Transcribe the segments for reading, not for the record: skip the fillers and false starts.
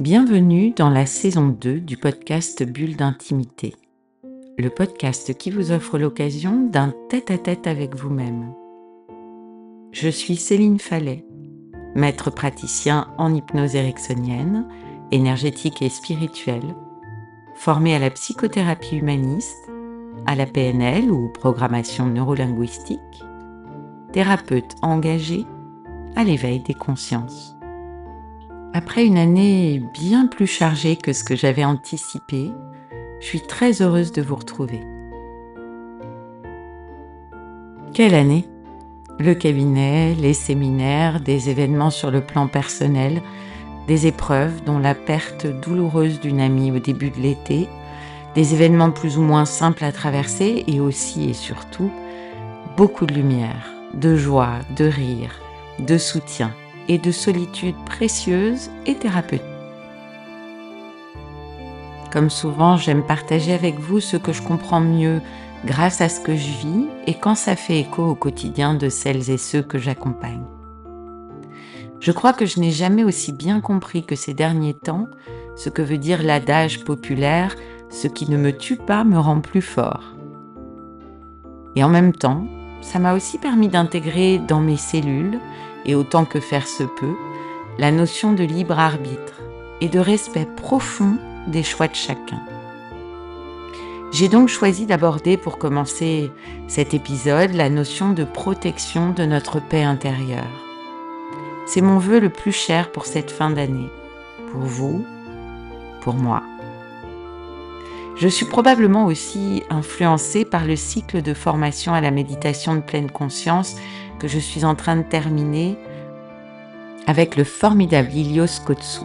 Bienvenue dans la saison 2 du podcast Bulle d'intimité, le podcast qui vous offre l'occasion d'un tête-à-tête avec vous-même. Je suis Céline Fallet, maître praticien en hypnose ericksonienne, énergétique et spirituelle, formée à la psychothérapie humaniste, à la PNL ou programmation neurolinguistique, thérapeute engagée à l'éveil des consciences. Après une année bien plus chargée que ce que j'avais anticipé, je suis très heureuse de vous retrouver. Quelle année! Le cabinet, les séminaires, des événements sur le plan personnel, des épreuves dont la perte douloureuse d'une amie au début de l'été, des événements plus ou moins simples à traverser et aussi et surtout beaucoup de lumière, de joie, de rire, de soutien et de solitude précieuse et thérapeutique. Comme souvent, j'aime partager avec vous ce que je comprends mieux grâce à ce que je vis et quand ça fait écho au quotidien de celles et ceux que j'accompagne. Je crois que je n'ai jamais aussi bien compris que ces derniers temps ce que veut dire l'adage populaire « ce qui ne me tue pas me rend plus fort ». Et en même temps, ça m'a aussi permis d'intégrer dans mes cellules, et autant que faire se peut, la notion de libre arbitre et de respect profond des choix de chacun. J'ai donc choisi d'aborder pour commencer cet épisode la notion de protection de notre paix intérieure. C'est mon vœu le plus cher pour cette fin d'année, pour vous, pour moi. Je suis probablement aussi influencée par le cycle de formation à la méditation de pleine conscience que je suis en train de terminer avec le formidable Ilios Kotsou.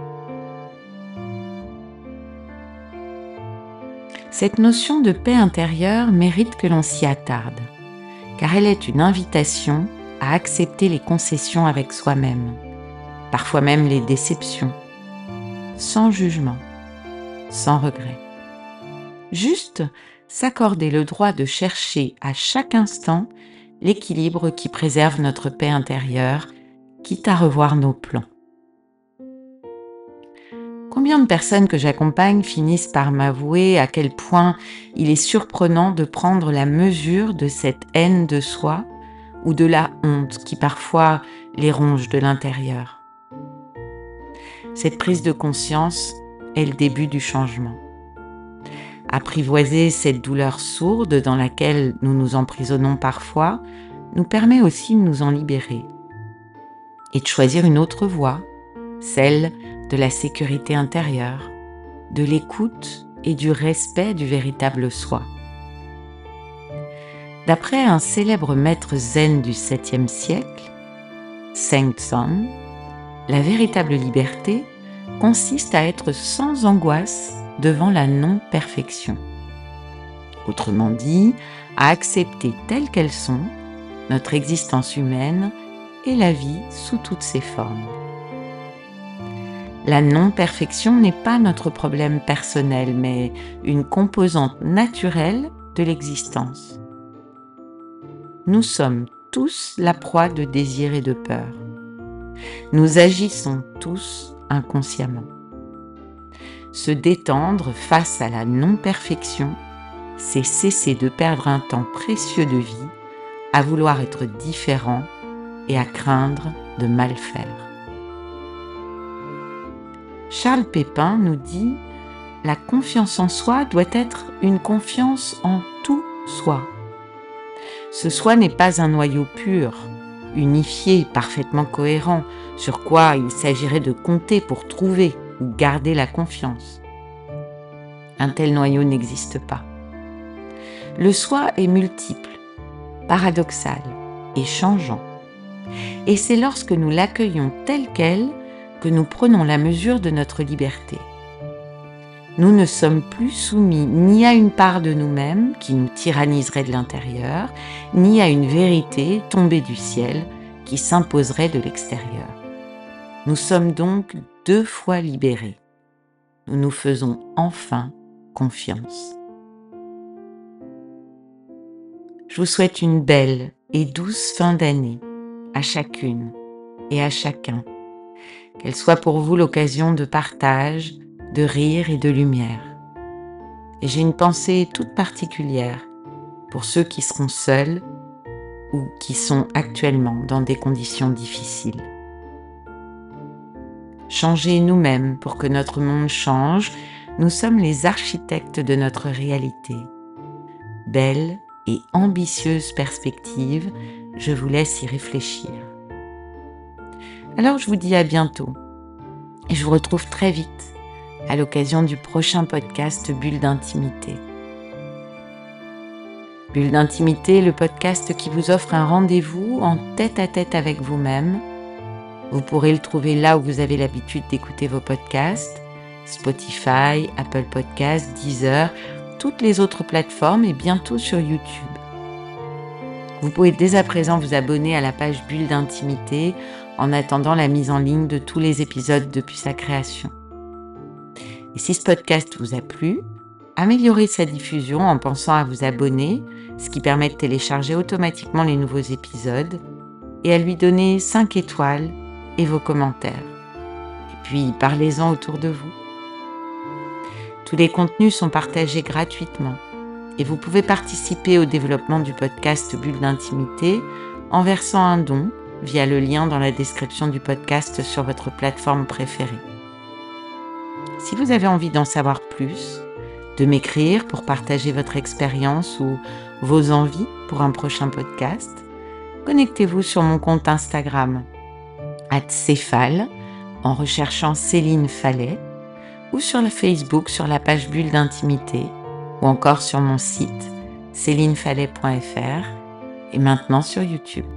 Cette notion de paix intérieure mérite que l'on s'y attarde, car elle est une invitation à accepter les concessions avec soi-même, parfois même les déceptions, sans jugement, sans regret. Juste s'accorder le droit de chercher à chaque instant l'équilibre qui préserve notre paix intérieure, quitte à revoir nos plans. Combien de personnes que j'accompagne finissent par m'avouer à quel point il est surprenant de prendre la mesure de cette haine de soi ou de la honte qui parfois les ronge de l'intérieur. Cette prise de conscience est le début du changement. Apprivoiser cette douleur sourde dans laquelle nous nous emprisonnons parfois nous permet aussi de nous en libérer et de choisir une autre voie, celle de la sécurité intérieure, de l'écoute et du respect du véritable soi. D'après un célèbre maître zen du 7e siècle, Seng Tson, la véritable liberté consiste à être sans angoisse devant la non-perfection. Autrement dit, à accepter telles qu'elles sont notre existence humaine et la vie sous toutes ses formes. La non-perfection n'est pas notre problème personnel, mais une composante naturelle de l'existence. Nous sommes tous la proie de désirs et de peurs. Nous agissons tous inconsciemment. Se détendre face à la non-perfection, c'est cesser de perdre un temps précieux de vie à vouloir être différent et à craindre de mal faire. Charles Pépin nous dit « La confiance en soi doit être une confiance en tout soi ». Ce soi n'est pas un noyau pur, unifié, parfaitement cohérent, sur quoi il s'agirait de compter pour trouver ou garder la confiance. Un tel noyau n'existe pas. Le soi est multiple, paradoxal et changeant. Et c'est lorsque nous l'accueillons tel quel que nous prenons la mesure de notre liberté. Nous ne sommes plus soumis ni à une part de nous-mêmes qui nous tyranniserait de l'intérieur, ni à une vérité tombée du ciel qui s'imposerait de l'extérieur. Nous sommes donc 2 fois libérés. Nous nous faisons enfin confiance. Je vous souhaite une belle et douce fin d'année, à chacune et à chacun. qu'elle soit pour vous l'occasion de partage, de rire et de lumière. Et j'ai une pensée toute particulière pour ceux qui seront seuls ou qui sont actuellement dans des conditions difficiles. Changer nous-mêmes pour que notre monde change, nous sommes les architectes de notre réalité. Belle et ambitieuse perspective, je vous laisse y réfléchir. Alors je vous dis à bientôt et je vous retrouve très vite à l'occasion du prochain podcast Bulle d'intimité. Bulle d'intimité, le podcast qui vous offre un rendez-vous en tête-à-tête avec vous-même. Vous pourrez le trouver là où vous avez l'habitude d'écouter vos podcasts, Spotify, Apple Podcasts, Deezer, toutes les autres plateformes et bientôt sur YouTube. Vous pouvez dès à présent vous abonner à la page Bulle d'intimité en attendant la mise en ligne de tous les épisodes depuis sa création. Et si ce podcast vous a plu, améliorez sa diffusion en pensant à vous abonner, ce qui permet de télécharger automatiquement les nouveaux épisodes, et à lui donner 5 étoiles et vos commentaires. Et puis, parlez-en autour de vous. Tous les contenus sont partagés gratuitement et vous pouvez participer au développement du podcast Bulle d'intimité en versant un don via le lien dans la description du podcast sur votre plateforme préférée. Si vous avez envie d'en savoir plus, de m'écrire pour partager votre expérience ou vos envies pour un prochain podcast, connectez-vous sur mon compte Instagram @céphale en recherchant Céline Fallet ou sur le Facebook sur la page Bulle d'intimité ou encore sur mon site célinefallet.fr et maintenant sur YouTube.